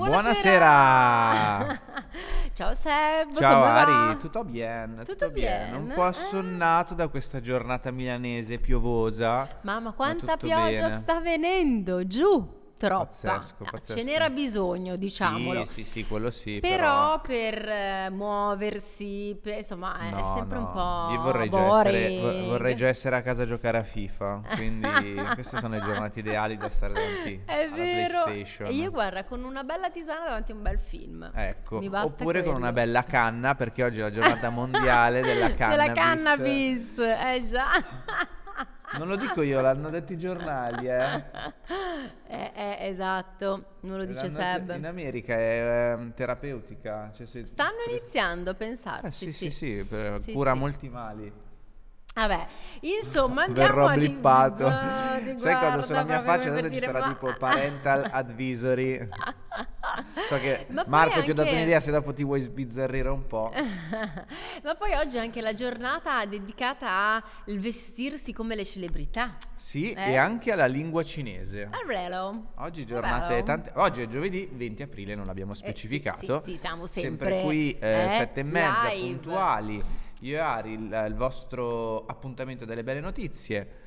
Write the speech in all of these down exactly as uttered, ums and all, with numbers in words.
Buonasera. Buonasera. Ciao Seb, Ciao come Ari, va? tutto bien? Tutto bien? Un po' assonnato da questa giornata milanese piovosa. Mamma, ma quanta tutto pioggia bene. sta venendo giù. Troppa. Pazzesco, Ah, pazzesco. ce n'era bisogno, diciamolo. Sì, sì, sì, quello sì, Però però... per eh, muoversi, per- insomma, è No, sempre no, un po' io vorrei già, essere, vo- boring. vorrei già essere a casa a giocare a FIFA, quindi queste sono le giornate ideali da stare davanti È alla vero. PlayStation. E io guarda, con una bella tisana davanti a un bel film. Ecco, Mi basta oppure con quello. una bella canna, perché oggi è la giornata mondiale della cannabis. Della cannabis, eh già. Non lo dico io, l'hanno detto i giornali, eh. Eh, eh, esatto, non lo dice L'hanno- Seb. In America è ehm, terapeutica. Cioè se- Stanno pre- iniziando a Eh, pensarci, sì, sì, sì, per- Sì, cura sì. molti mali. Vabbè, insomma, andiamo Verrò a di- blippato. Ah, ti Sai cosa guarda, sulla mia proprio faccia? per Adesso ci dire, sarà ma- tipo parental advisory. So che Ma poi Marco ti ho dato anche- un'idea, se dopo ti vuoi sbizzarrire un po'. Ma poi oggi è anche la giornata dedicata al vestirsi come le celebrità. Sì, Eh? e anche alla lingua cinese. Ah, vero? Oggi Ah, giornate vero? tante. Oggi è giovedì venti aprile, non l'abbiamo Eh, sì, specificato. sì, sì, siamo sempre, qui eh, eh, sette e mezza live. puntuali. Io e Ari, il, il vostro appuntamento delle belle notizie.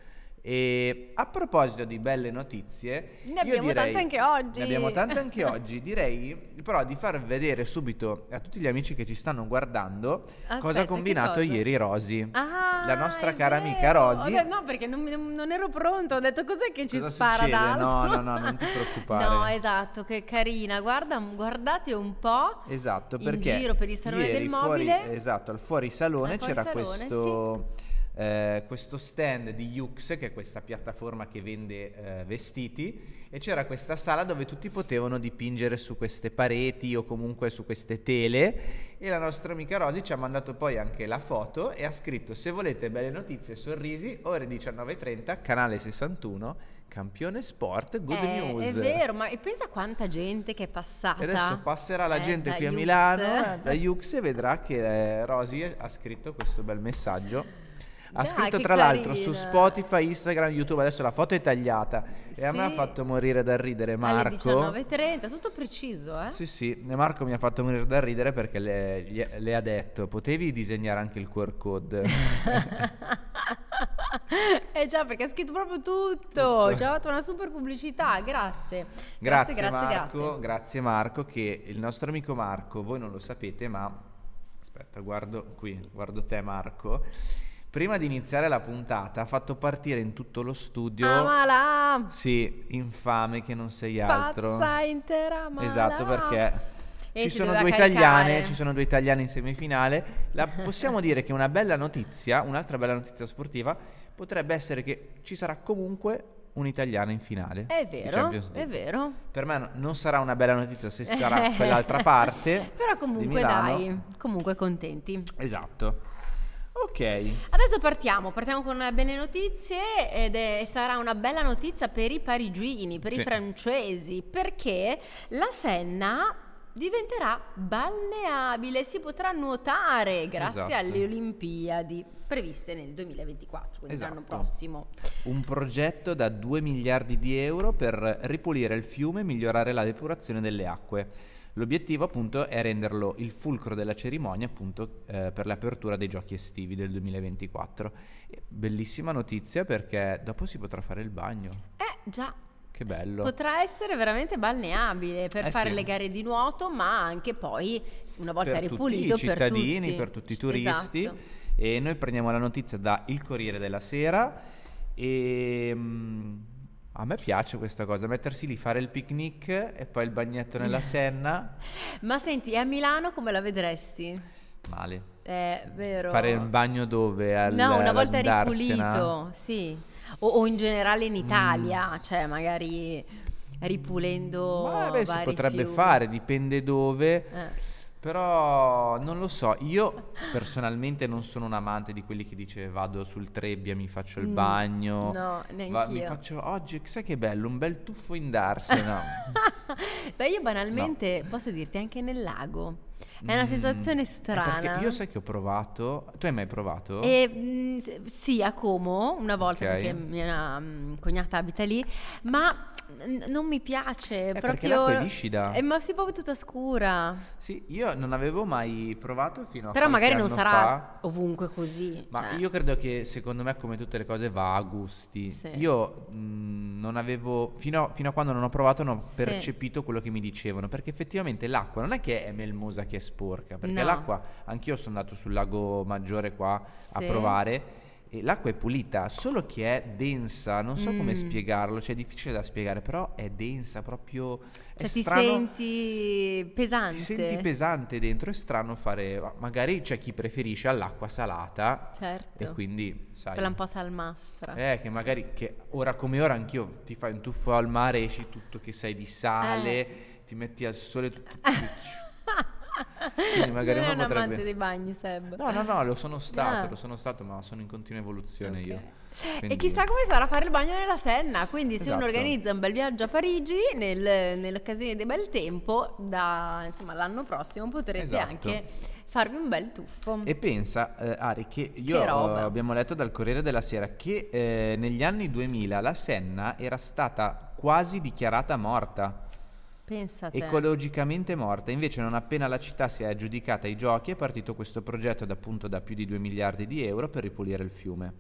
E a proposito di belle notizie, Ne io abbiamo direi- tante anche oggi. Ne abbiamo tante anche oggi. Direi però di far vedere subito a tutti gli amici che ci stanno guardando Aspetta, cosa ha che combinato cosa? ieri Rosy. Ah, La nostra è cara vero. amica Rosy. Ho detto- No, perché non, non ero pronta. Ho detto cos'è che ci Cosa spara succede? da alto? No, no, no, non ti preoccupare. No, esatto, che carina. Guarda, guardate un po'. Esatto, in perché giro per il salone ieri del fuori- mobile. esatto, al fuori salone Al c'era fuorisalone, questo, eh, questo stand di Yux, che è questa piattaforma che vende eh, vestiti, e c'era questa sala dove tutti potevano dipingere su queste pareti o comunque su queste tele, e la nostra amica Rosy ci ha mandato poi anche la foto e ha scritto: se volete belle notizie e sorrisi, ore diciannove e trenta, canale sessantuno, Campione Sport, Good Eh, News. È vero, ma e pensa quanta gente che è passata. E adesso passerà la eh, gente da qui a Yux. Milano, eh, da Yux, e vedrà che eh, Rosy ha scritto questo bel messaggio. Ha Dai, scritto che tra l'altro su carina. Spotify, Instagram, YouTube. Adesso la foto è tagliata e a me ha Sì. fatto morire da ridere Alle Marco. diciannove e trenta, tutto preciso, eh? Sì, sì, e Marco mi ha fatto morire da ridere perché le, gli- le ha detto: potevi disegnare anche il Q R code. Eh già, perché ha scritto proprio tutto. Tutto. Ci ha fatto una super pubblicità, grazie. Grazie, grazie, Marco, grazie. grazie Marco, che il nostro amico Marco, voi non lo sapete, ma aspetta, guardo qui, guardo te Marco. Prima di iniziare la puntata ha fatto partire in tutto lo studio, Amala, sì, infame che non sei altro. pazza intera amala. Esatto, perché E ci si sono doveva due caricare. italiane, ci sono due italiane in semifinale. La- possiamo dire che una bella notizia, un'altra bella notizia sportiva, potrebbe essere che ci sarà comunque un'italiana in finale. È di vero, Champions è League. vero. Per me no- non sarà una bella notizia se sarà quell'altra parte. Però di comunque Milano. dai, comunque contenti. Esatto. Ok. Adesso partiamo, partiamo con belle notizie ed è, sarà una bella notizia per i parigini, per Sì. i francesi, perché la Senna diventerà balneabile, si potrà nuotare grazie Esatto. alle Olimpiadi previste nel duemilaventiquattro, quindi l'anno Esatto. prossimo. Un progetto da due miliardi di euro per ripulire il fiume e migliorare la depurazione delle acque. L'obiettivo appunto è renderlo il fulcro della cerimonia appunto eh, per l'apertura dei giochi estivi del duemilaventiquattro. E bellissima notizia, perché dopo si potrà fare il bagno. Eh già, Che bello. potrà essere veramente balneabile per Eh fare sì. le gare di nuoto, ma anche poi una volta Per ripulito tutti i cittadini, per tutti, per tutti i turisti. Esatto. E noi prendiamo la notizia da Il Corriere della Sera e mm, a me piace questa cosa, mettersi lì, fare il picnic e poi il bagnetto nella Senna. Ma senti, e a Milano come la vedresti? Male. È vero. Fare il bagno dove? Al, No, una volta all'andarsena? ripulito, sì. O, o in generale in Italia, Mm. cioè magari ripulendo Ma beh, si vari potrebbe fiumi. fare, dipende dove. Eh. Però non lo so, io personalmente non sono un amante di quelli che dice vado sul Trebbia, mi faccio il Mm, bagno. no, va- mi neanch'io. faccio oggi, sai che bello, un bel tuffo in Darsena. Beh, io banalmente posso dirti anche nel lago. È una sensazione Mm, è strana. perché io sai che ho provato. Tu hai mai provato? E, mh, s- sì, a Como una volta Ok. perché mia mm, cognata abita lì, ma n- non mi piace È perché proprio. l'acqua è liscida. Eh, ma si può tutta scura. Sì, io non avevo mai provato fino a Però qualche magari non anno sarà fa. ovunque così. Ma eh. io credo che secondo me come tutte le cose va a gusti. Sì. Io mh, non avevo, fino a, fino a quando non ho provato non ho Sì. percepito quello che mi dicevano, perché effettivamente l'acqua non è che è melmosa che è sporca, perché No. l'acqua, anch'io sono andato sul lago Maggiore qua a Sì. provare e l'acqua è pulita, solo che è densa, non so come Mm. spiegarlo, cioè è difficile da spiegare, però è densa, proprio è Cioè ti strano. senti pesante. Ti senti pesante dentro, è strano fare, ma magari c'è chi preferisce all'acqua salata Certo. e quindi, sai, Quella un po' salmastra. eh, che magari, che ora come ora anch'io ti fai un tuffo al mare, esci tutto che sei di sale, Eh. ti metti al sole tutto... Quindi magari non è uno un potrebbe... amante dei bagni, Seb. No, no, no, lo sono stato, Ah. lo sono stato, ma sono in continua evoluzione Ok. io. E Quindi- chissà come sarà fare il bagno nella Senna, quindi se uno Esatto. organizza un bel viaggio a Parigi nel- nell'occasione del bel tempo, da, insomma, l'anno prossimo potrete Esatto. anche farvi un bel tuffo. E pensa, eh, Ari, che io Che roba. eh, abbiamo letto dal Corriere della Sera che eh, negli anni duemila la Senna era stata quasi dichiarata morta, Pensa te. ecologicamente morta. Invece, non appena la città si è aggiudicata i giochi, è partito questo progetto da, appunto da più di due miliardi di euro per ripulire il fiume.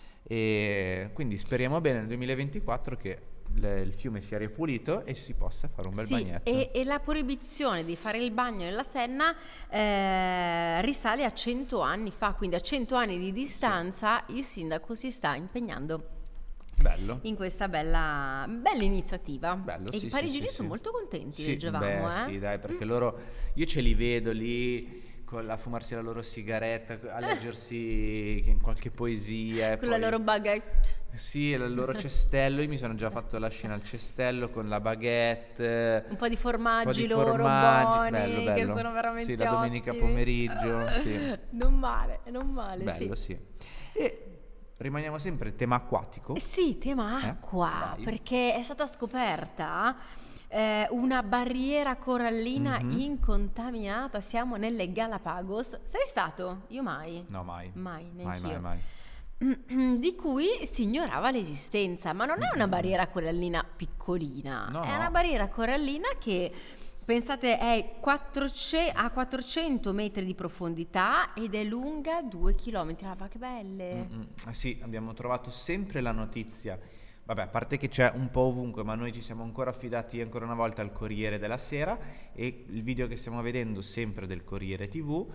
E quindi speriamo bene nel duemilaventiquattro che le- il fiume sia ripulito e si possa fare un bel Sì, bagnetto. e, e la proibizione di fare il bagno nella Senna eh, risale a cento anni fa, quindi a cento anni di distanza il sindaco si sta impegnando Bello. in questa bella, bella iniziativa. Bello, e sì, i sì, parigini sì, sono sì. molto contenti, Sì, leggevamo. beh, eh. sì, dai, perché loro, io ce li vedo lì con la fumarsi la loro sigaretta, a leggersi in qualche poesia. e Con la poi- loro baguette. Sì, il loro cestello, io mi sono già fatto la scena al cestello con la baguette. Un po' di un po' formaggi di loro formaggi, buoni, bello, che bello. sono veramente Sì, la domenica ottimi. pomeriggio, sì. Non male, non male, Bello, sì. sì. E rimaniamo sempre tema acquatico. Eh sì, tema Eh? acqua, Vai. perché è stata scoperta eh, una barriera corallina Mhm. incontaminata. Siamo nelle Galapagos. Sei stato? Io mai. No, mai. Mai, Mai, neanch'io. mai, mai. Di cui si ignorava l'esistenza, ma non è una barriera corallina piccolina, No, è no. una barriera corallina che, pensate, è quattrocento, a quattrocento metri di profondità ed è lunga due chilometri. Ah, ma che belle! Mm, mm. Ah, sì, abbiamo trovato sempre la notizia. Vabbè, a parte che c'è un po' ovunque, ma noi ci siamo ancora affidati ancora una volta al Corriere della Sera e il video che stiamo vedendo sempre del Corriere tivù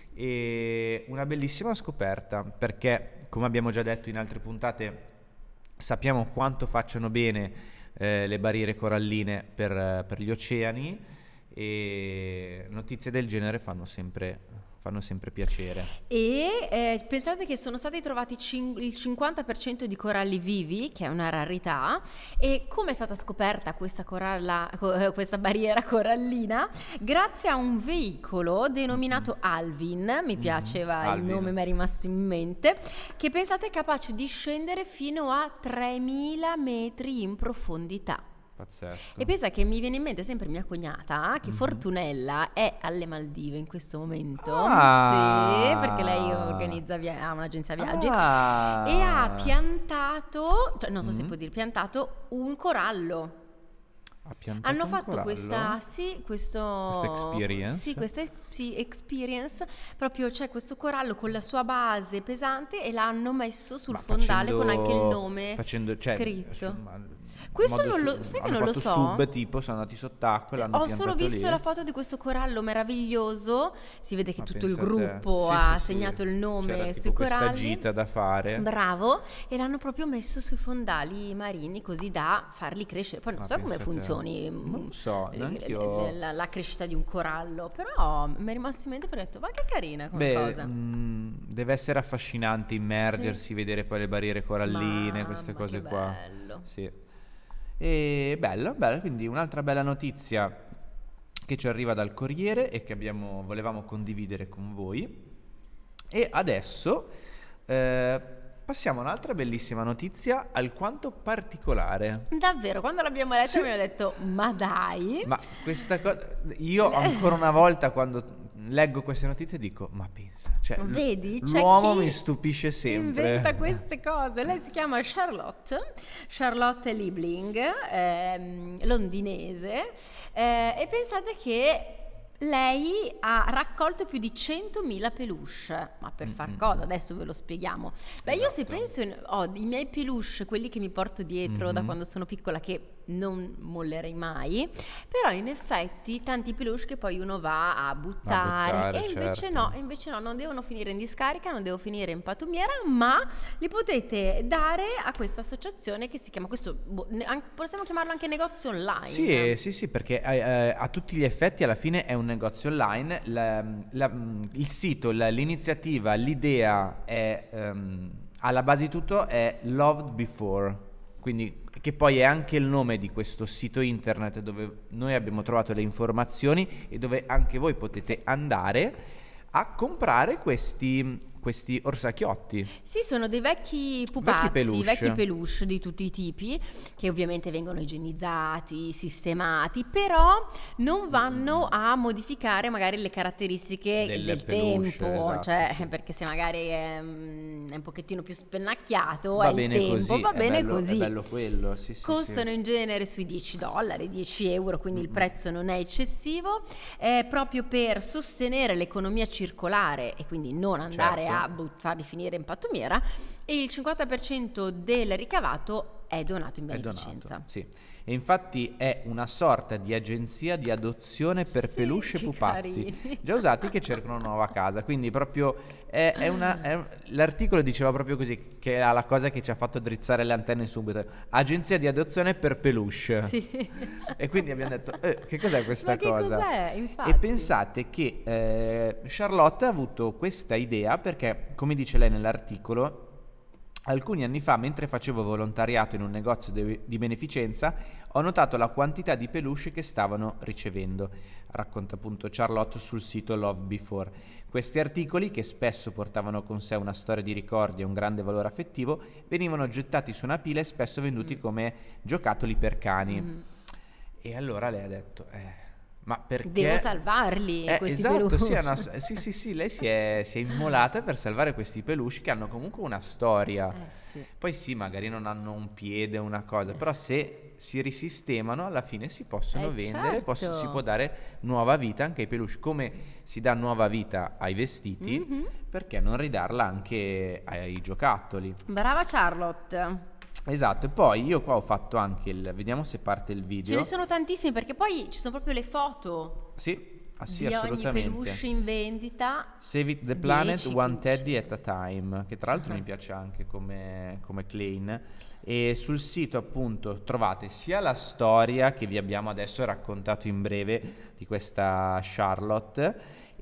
è una bellissima scoperta perché, come abbiamo già detto in altre puntate, sappiamo quanto facciano bene eh, le barriere coralline per, eh, per gli oceani e notizie del genere fanno sempre, fanno sempre piacere. E eh, pensate che sono stati trovati cin- il cinquanta per cento di coralli vivi, che è una rarità. E come è stata scoperta questa, coralla, co- eh, questa barriera corallina? Grazie a un veicolo denominato Alvin, mi piaceva il Alvin. nome, mi è rimasto in mente, che pensate è capace di scendere fino a tremila metri in profondità. Pazzesco. E pensa che mi viene in mente sempre mia cognata, che Mhm. Fortunella è alle Maldive in questo momento. Ah. Sì, perché lei organizza via- ha un'agenzia viaggi. Ah. E ha piantato, cioè non so se Mhm. può dire piantato, un corallo. Ha piantato Hanno un fatto corallo? questa, sì, questo, Questa experience? Sì, questa sì, experience. Proprio c'è questo corallo con la sua base pesante e l'hanno messo sul Ma fondale facendo- con anche il nome facendo, cioè, scritto. su- ma- Questo modo non su- lo- sai che hanno non lo fatto so? sub, tipo, sono andati sott'acqua e l'hanno Ho piantato solo visto lì. la foto di questo corallo meraviglioso. Si vede che Ma tutto il pensa a te. gruppo Sì, ha sì, sì. segnato il nome C'era tipo sui questa coralli. gita da fare. Bravo, e l'hanno proprio messo sui fondali marini così da farli crescere. Poi non Ma so come pensa a te. funzioni Non mm, so, l- neanche l- io. la, la crescita di un corallo, però mi è rimasto in mente e ho detto, ma che carina come Beh, cosa. mh, deve essere affascinante immergersi, vedere poi le barriere coralline, Mamma, queste che cose qua. bello. Sì. E bello, bello, quindi un'altra bella notizia che ci arriva dal Corriere e che abbiamo, volevamo condividere con voi. E adesso eh, passiamo a un'altra bellissima notizia alquanto particolare. Davvero, quando l'abbiamo letta Sì. abbiamo detto, ma dai. Ma questa cosa, io ancora una volta quando leggo queste notizie dico, ma pensa, cioè, l- Vedi, c'è l'uomo chi mi stupisce sempre. inventa queste cose. Lei si chiama Charlotte, Charlotte Liebling, ehm, londinese, eh, e pensate che lei ha raccolto più di centomila peluche. Ma per far Mm-mm. cosa? Adesso ve lo spieghiamo. Beh, io se Esatto. penso in- ho i miei peluche, quelli che mi porto dietro da Mhm. quando sono piccola, che non mollerei mai, però in effetti tanti peluche che poi uno va a buttare, buttare, e invece certo. no, invece no, non devono finire in discarica, non devono finire in pattumiera, ma li potete dare a questa associazione che si chiama, questo boh, ne- an- possiamo chiamarlo anche negozio online. Sì, eh, sì, sì, perché eh, eh, a tutti gli effetti alla fine è un negozio online. La- la- il sito, la- l'iniziativa, l'idea è ehm, alla base di tutto è Loved Before, quindi che poi è anche il nome di questo sito internet dove noi abbiamo trovato le informazioni e dove anche voi potete andare a comprare questi, questi orsacchiotti. Sì, sono dei vecchi pupazzi, peluche. vecchi peluche di tutti i tipi, che ovviamente vengono igienizzati, sistemati, però non vanno a modificare magari le caratteristiche Delle del peluche, tempo, esatto, cioè sì. perché se magari è, mm, è un pochettino più spennacchiato, Va è il bene tempo, così, va è bene bello- così. È bello quello, sì, sì, Costano sì. in genere sui dieci dollari, dieci euro, quindi il Mm-mm. prezzo non è eccessivo, è proprio per sostenere l'economia circolare e quindi non andare Certo. a but- farli finire in pattumiera, e il cinquanta per cento del ricavato è donato in È beneficenza. donato, sì. E infatti è una sorta di agenzia di adozione per Sì, peluche e che pupazzi carini. già usati che cercano una nuova casa. Quindi proprio è, è una, è un- l'articolo diceva proprio così, che è la cosa che ci ha fatto drizzare le antenne subito. Agenzia di adozione per peluche. Sì. E quindi abbiamo detto, eh, che cos'è questa Ma che cosa? cos'è, infatti? E pensate che eh, Charlotte ha avuto questa idea perché, come dice lei nell'articolo, alcuni anni fa, mentre facevo volontariato in un negozio de- di beneficenza, ho notato la quantità di peluche che stavano ricevendo. Racconta appunto Charlotte sul sito Love Before. Questi articoli, che spesso portavano con sé una storia di ricordi e un grande valore affettivo, venivano gettati su una pila e spesso venduti Mm. come giocattoli per cani. Mm. E allora lei ha detto, eh, ma perché... Devo salvarli Eh, questi esatto, peluche. sì, è una- sì, sì, sì, lei si è, si è immolata per salvare questi peluche che hanno comunque una storia. Eh sì. Poi sì, magari non hanno un piede, una cosa, però se si risistemano alla fine si possono Eh, vendere, certo. posso- si può dare nuova vita anche ai peluche. Come si dà nuova vita ai vestiti, Mhm. perché non ridarla anche ai giocattoli? Brava Charlotte. Esatto, e poi io qua ho fatto anche il... Vediamo se parte il Ce video. ne sono tantissimi, perché poi ci sono proprio le foto Sì, ah, sì, di ogni assolutamente. peluche in vendita. Save It the Planet, dieci, One quindici. Teddy at a Time, che tra l'altro Ah. mi piace anche come, come claim. E sul sito appunto trovate sia la storia che vi abbiamo adesso raccontato in breve di questa Charlotte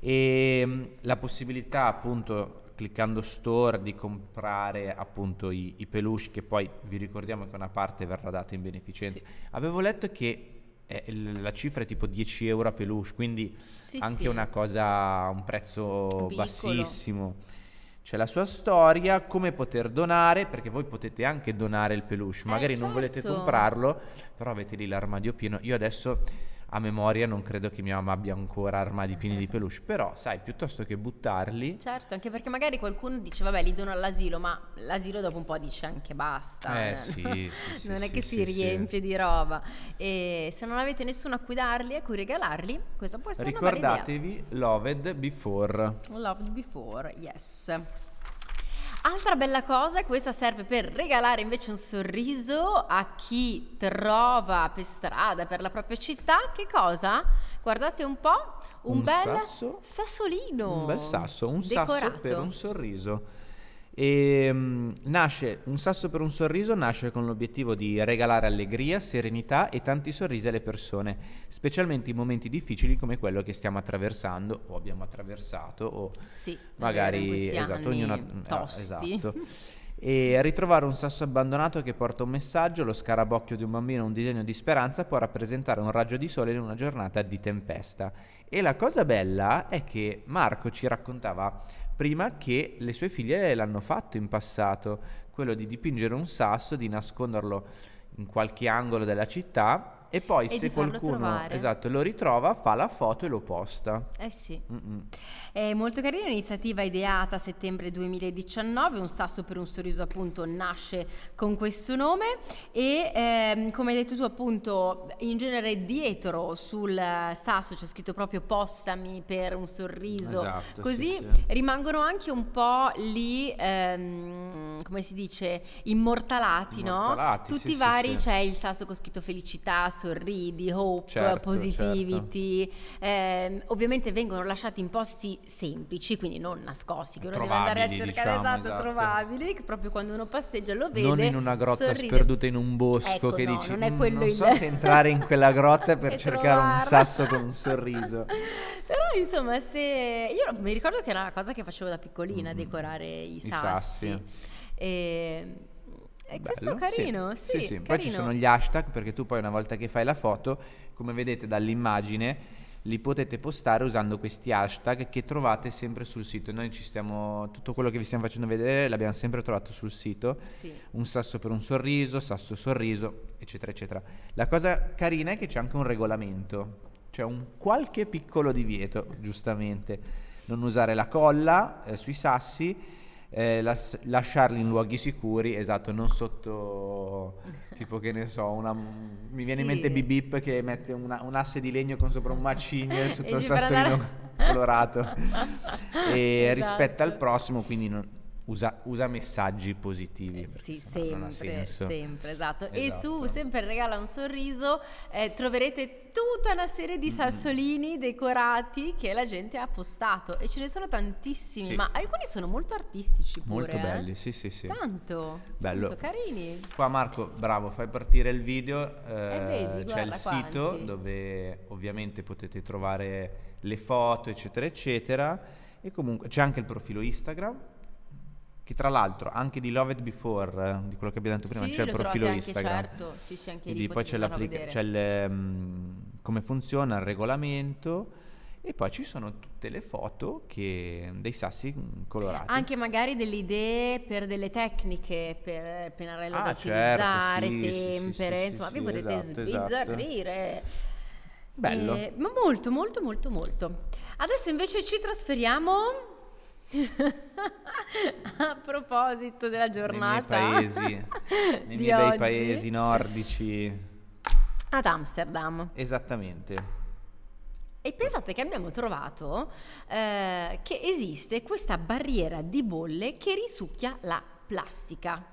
e mm, la possibilità appunto cliccando store di comprare appunto i, i peluche, che poi vi ricordiamo che una parte verrà data in beneficenza. Sì. Avevo letto che eh, il- la cifra è tipo dieci euro a peluche, quindi Sì, anche sì. una cosa, un prezzo Piccolo. bassissimo. C'è la sua storia, come poter donare, perché voi potete anche donare il peluche, Eh, magari non volete certo. comprarlo, però avete lì l'armadio pieno. Io adesso a memoria non credo che mia mamma abbia ancora armadi pieni di peluche, però sai, piuttosto che buttarli, Certo, anche perché magari qualcuno dice vabbè li dono all'asilo, ma l'asilo dopo un po' dice anche basta. Eh, sì, sì, sì, non è sì, che sì, si sì. riempie di roba. E se non avete nessuno a cui darli, a cui regalarli, questa può essere una bella idea. ricordatevi Loved Before. Loved before, yes. Altra bella cosa, questa serve per regalare invece un sorriso a chi trova per strada, per la propria città. Che cosa? Guardate un po', un, Un bel sasso. sassolino. Un bel sasso, un decorato. sasso per un sorriso. E, mm, nasce un sasso per un sorriso nasce con l'obiettivo di regalare allegria, serenità e tanti sorrisi alle persone, specialmente in momenti difficili come quello che stiamo attraversando o abbiamo attraversato o Sì, è magari vero, in questi esatto, anni ognuno ah, tosti. esatto. E ritrovare un sasso abbandonato che porta un messaggio, lo scarabocchio di un bambino, un disegno di speranza, può rappresentare un raggio di sole in una giornata di tempesta. E la cosa bella è che Marco ci raccontava prima che le sue figlie l'hanno fatto in passato, quello di dipingere un sasso, di nasconderlo in qualche angolo della città e poi E se di farlo qualcuno trovare. esatto, lo ritrova, fa la foto e lo posta. Eh sì. Mm-mm. È molto carina l'iniziativa ideata a settembre duemiladiciannove, Un sasso per un sorriso appunto nasce con questo nome e ehm, come hai detto tu appunto in genere dietro sul sasso c'è scritto proprio postami per un sorriso, Esatto, così sì, sì. rimangono anche un po' lì, ehm, come si dice, immortalati, Immortalati, no? sì, Tutti i sì, vari, sì. c'è il sasso con scritto felicità, sorridi, hope, Certo, positivity, ehm, ovviamente vengono lasciati in posti semplici, quindi non nascosti, che uno deve andare a Trovabili, cercare, diciamo, esatto, esatto. trovabili, che proprio quando uno passeggia lo vede, Non in una grotta sorride. sperduta in un bosco Ecco, che no, dici non è "Mm, quello non il- so se entrare in quella grotta per E cercare un trovarla." sasso con un sorriso. Però insomma, se io mi ricordo che era una cosa che facevo da piccolina, Mm. decorare i I sassi. sassi. E, e questo Bello, è carino, sì, sì, sì. Poi ci carino. sono gli hashtag, perché tu poi una volta che fai la foto, come vedete dall'immagine, li potete postare usando questi hashtag che trovate sempre sul sito. Noi ci stiamo, tutto quello che vi stiamo facendo vedere l'abbiamo sempre trovato sul sito. Sì. Un sasso per un sorriso, sasso sorriso, eccetera, eccetera. La cosa carina è che c'è anche un regolamento, cioè un qualche piccolo divieto, giustamente. Non usare la colla eh, sui sassi, eh, las- lasciarli in luoghi sicuri, esatto, non sotto, tipo che ne so, una, mi viene in Sì. mente Bip Bip che mette una- un asse di legno con sopra un macigno sotto E il ci per sassolino andare- colorato e Esatto. rispetta il prossimo, quindi non- usa, usa messaggi positivi. perché Sì, sennò non ha sempre, senso. sempre, esatto. E Esatto. su sempre regala un sorriso eh, troverete tutta una serie di sassolini decorati che la gente ha postato e ce ne sono tantissimi, Sì. ma alcuni sono molto artistici pure. Molto eh. belli, sì, sì, sì. Tanto, Bello. tanto carini. Qua Marco, bravo, fai partire il video, eh, Eh, vedi, c'è il guarda sito quanti. dove ovviamente potete trovare le foto, eccetera, eccetera, e comunque c'è anche il profilo Instagram, che tra l'altro anche di Love It Before, eh, di quello che abbiamo detto prima, Sì, c'è il lo profilo trovate anche, Instagram. certo. Sì, sì, anche Quindi lì poi potete c'è, andarlo a l'applica- vedere. c'è il, mm, come funziona il regolamento e poi ci sono tutte le foto che, dei sassi mm, colorati. Anche magari delle idee per delle tecniche, per pennarello da Ah, certo, utilizzare, sì, sì, sì, tempere, sì, insomma, sì, vi sì, potete esatto, sbizzarrire. Bello. Eh, ma molto, molto, molto, molto. Adesso invece ci trasferiamo a proposito della giornata nei miei paesi, nei di miei bei oggi, paesi nordici. ad Amsterdam. Esattamente. E pensate che abbiamo trovato eh, che esiste questa barriera di bolle che risucchia la plastica.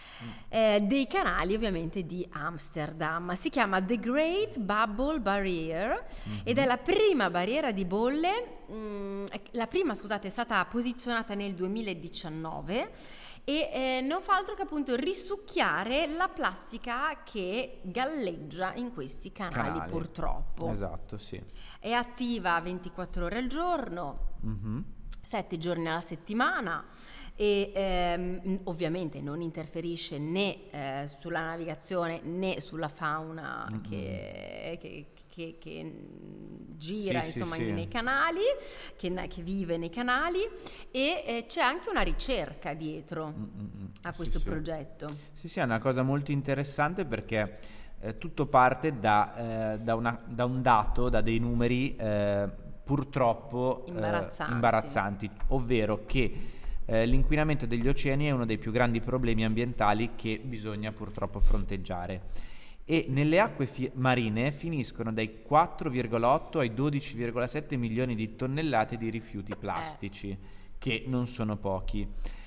Eh, dei canali ovviamente di Amsterdam. Si chiama The Great Bubble Barrier ed è la prima barriera di bolle, mh, la prima scusate è stata posizionata nel duemiladiciannove e eh, non fa altro che appunto risucchiare la plastica che galleggia in questi canali, Canali. purtroppo. Esatto, sì. È attiva ventiquattro ore al giorno, Mhm. sette giorni alla settimana e ehm, ovviamente non interferisce né eh, sulla navigazione né sulla fauna Mm-mm. che, che- che- che gira Sì, sì, insomma sì. nei canali, che, na- che vive nei canali e eh, c'è anche una ricerca dietro Mm-mm. a Sì, questo sì. progetto. Sì, sì, è una cosa molto interessante perché eh, tutto parte da, eh, da, una- da un dato, da dei numeri eh, purtroppo eh, Imbarazzanti. imbarazzanti, ovvero che eh, l'inquinamento degli oceani è uno dei più grandi problemi ambientali che bisogna purtroppo fronteggiare. E nelle acque fi- marine finiscono dai quattro virgola otto ai dodici virgola sette milioni di tonnellate di rifiuti plastici, che non sono pochi.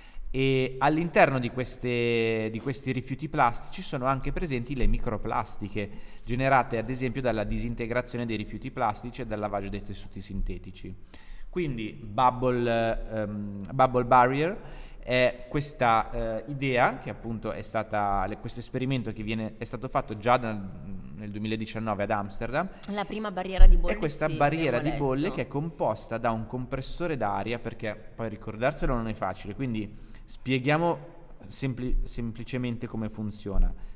E all'interno di, queste, di questi rifiuti plastici sono anche presenti le microplastiche, generate ad esempio dalla disintegrazione dei rifiuti plastici e dal lavaggio dei tessuti sintetici. Quindi Bubble, ehm, Bubble Barrier è questa eh, idea che appunto è stata, le- questo esperimento che viene, è stato fatto già nel, nel duemiladiciannove ad Amsterdam. La prima barriera di bolle, È questa sì, barriera di abbiamo bolle letto. che è composta da un compressore d'aria, perché poi ricordarselo non è facile, quindi spieghiamo sempli- semplicemente come funziona.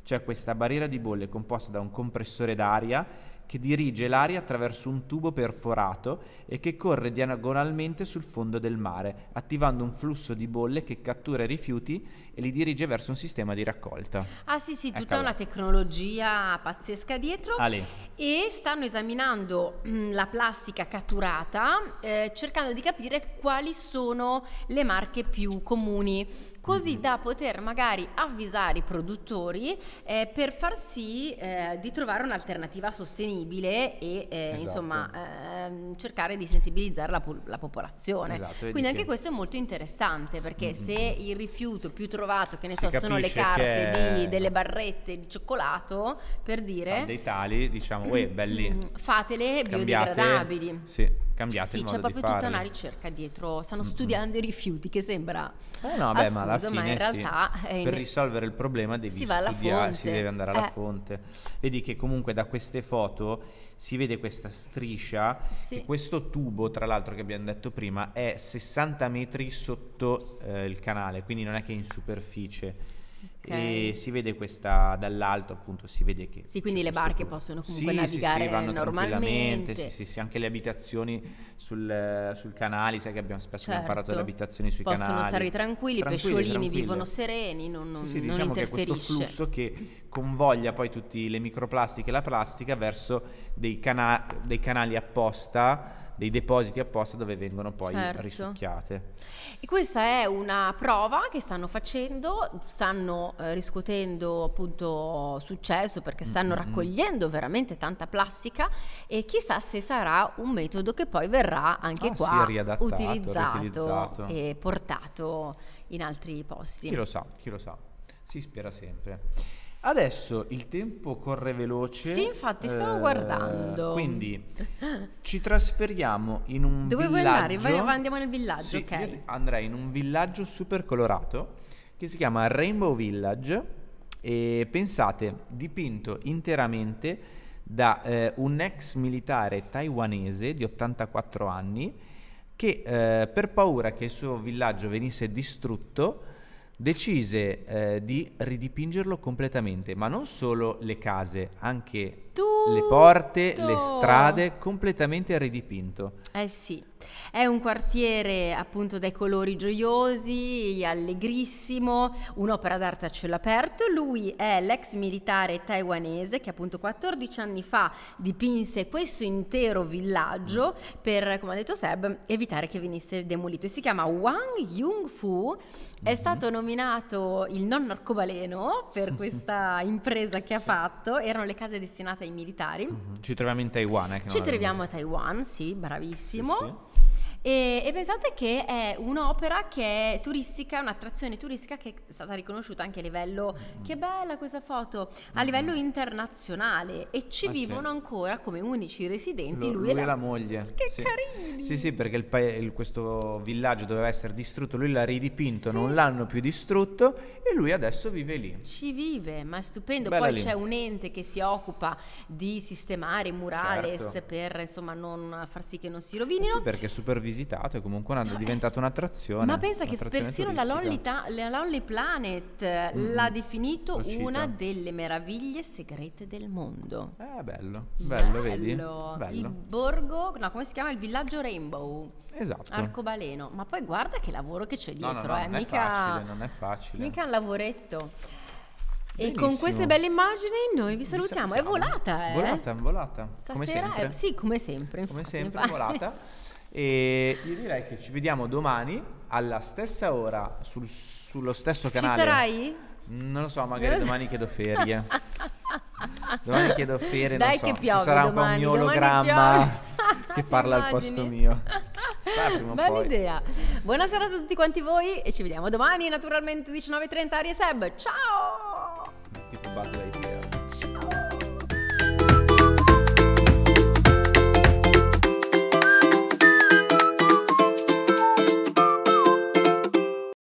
c'è questa barriera di bolle composta da un compressore d'aria che dirige l'aria attraverso un tubo perforato e che corre diagonalmente sul fondo del mare, attivando un flusso di bolle che cattura i rifiuti e li dirige verso un sistema di raccolta. Ah sì sì, tutta Eccola. una tecnologia pazzesca dietro. Ale. E stanno esaminando mh, la plastica catturata, eh, cercando di capire quali sono le marche più comuni, così Mm-hmm. da poter magari avvisare i produttori eh, per far sì eh, di trovare un'alternativa sostenibile e eh, Esatto. insomma ehm, cercare di sensibilizzare la, po- la popolazione. Esatto, vedi Quindi anche che- questo è molto interessante, perché Mm-mm. se il rifiuto più trovato, che ne Si so, sono le capisce carte che- di, delle barrette di cioccolato, per Fa dire, dei tali, diciamo, uè, belli. Mm, fatele Cambiate- biodegradabili. Sì, cambiate Sì, il c'è modo di proprio tutta farli. una ricerca dietro, stanno Mm-mm. studiando i rifiuti, che sembra Eh no, beh, ma alla assurdo, fine ma in sì. realtà è in- per risolvere il problema devi si va alla studiare, fonte. si deve andare alla Eh. fonte. Vedi che comunque da queste foto si vede questa striscia, Sì. che questo tubo, tra l'altro, che abbiamo detto prima, è sessanta metri sotto eh, il canale, quindi non è che è in superficie. Ok. E si vede questa dall'alto, appunto, si vede che Sì, quindi c'è le questo barche tubo. possono comunque Sì, sì, sì, navigare vanno normalmente. tranquillamente, sì, sì, sì, anche le abitazioni sul, sul canali, sai che abbiamo spesso abbiamo parlato delle Certo. abitazioni sui Possono canali. stare tranquilli, i Tranquille, pesciolini tranquille. vivono sereni, non, non, Sì, sì, non diciamo che è questo interferisce. flusso che convoglia poi tutte le microplastiche e la plastica verso dei, cana- dei canali apposta, dei depositi apposta dove vengono poi Certo. risucchiate. E questa è una prova che stanno facendo, stanno eh, riscuotendo appunto successo, perché stanno Mm-mm. raccogliendo veramente tanta plastica, e chissà se sarà un metodo che poi verrà anche Ah, sì, qua riadattato, utilizzato riutilizzato. e portato in altri posti. Chi lo sa, chi lo sa, si spera sempre. Adesso il tempo corre veloce. Sì, infatti, stavo eh, guardando. Quindi ci trasferiamo in un Dove vuoi villaggio. andare? Vai- vai- andiamo nel villaggio, Sì, ok. io andrei in un villaggio super colorato che si chiama Rainbow Village e pensate, dipinto interamente da eh, un ex militare taiwanese di ottantaquattro anni che eh, per paura che il suo villaggio venisse distrutto decise eh, di ridipingerlo completamente, ma non solo le case, anche Tutto. le porte, le strade, completamente ridipinto. Eh sì, è un quartiere appunto dai colori gioiosi, allegrissimo, un'opera d'arte a cielo aperto. Lui è l'ex militare taiwanese che appunto quattordici anni fa dipinse questo intero villaggio per, come ha detto Seb, evitare che venisse demolito. E si chiama Wang Yongfu, è stato nominato il nonno arcobaleno per questa impresa che ha fatto. Erano le case destinate ai militari. Mhm. Ci troviamo in Taiwan. eh, che Ci non- troviamo a Taiwan, sì, bravissimo. Sì, sì. E, e pensate che è un'opera che è turistica, un'attrazione turistica che è stata riconosciuta anche a livello, che bella questa foto, a livello internazionale, e ci Ah, sì. vivono ancora come unici residenti Lo- lui, e la, moglie. Che Sì. carini! Sì, sì, perché il pa- il- questo villaggio doveva essere distrutto, lui l'ha ridipinto, Sì. non l'hanno più distrutto e lui adesso vive lì. Ci vive, ma è stupendo. Bella Poi lì. c'è un ente che si occupa di sistemare i murales, Certo. per insomma non far sì che non si Eh rovinino. sì, perché è super visitato e comunque è No, è- diventata un'attrazione. Ma pensa che un'attrazione persino la turistica. Lonely, Ta- la Lonely Planet eh, Mm-mm. l'ha definito Lo cita. una delle meraviglie segrete del mondo. Eh, bello, bello, vedi? Bello. Il Bello. borgo, no, come si chiama? Il villaggio Rainbow, Esatto. arcobaleno. Ma poi guarda che lavoro che c'è No, no, dietro, no, eh, non è mica, facile, non è facile. mica un lavoretto. E Benissimo. con queste belle immagini noi vi Vi salutiamo. È salutiamo. volata, eh? Volata, volata. Come Stasera sempre. è- sì, come sempre. Come infatti, sempre, infatti. volata. E io direi che ci vediamo domani alla stessa ora sul- sullo stesso Ci canale. sarai? Non lo so, magari Non lo so. domani chiedo ferie. Domani chiedo ferie, Dai non so. che piove Ci sarà un po' un domani, mio domani ologramma piove. che parla al Immagini? posto mio. Dai, prima o Bella poi. idea. Buona serata a tutti quanti voi e ci vediamo domani, naturalmente diciannove e trenta, Aria e Seb. Ciao! Tipo Buzz Lightyear.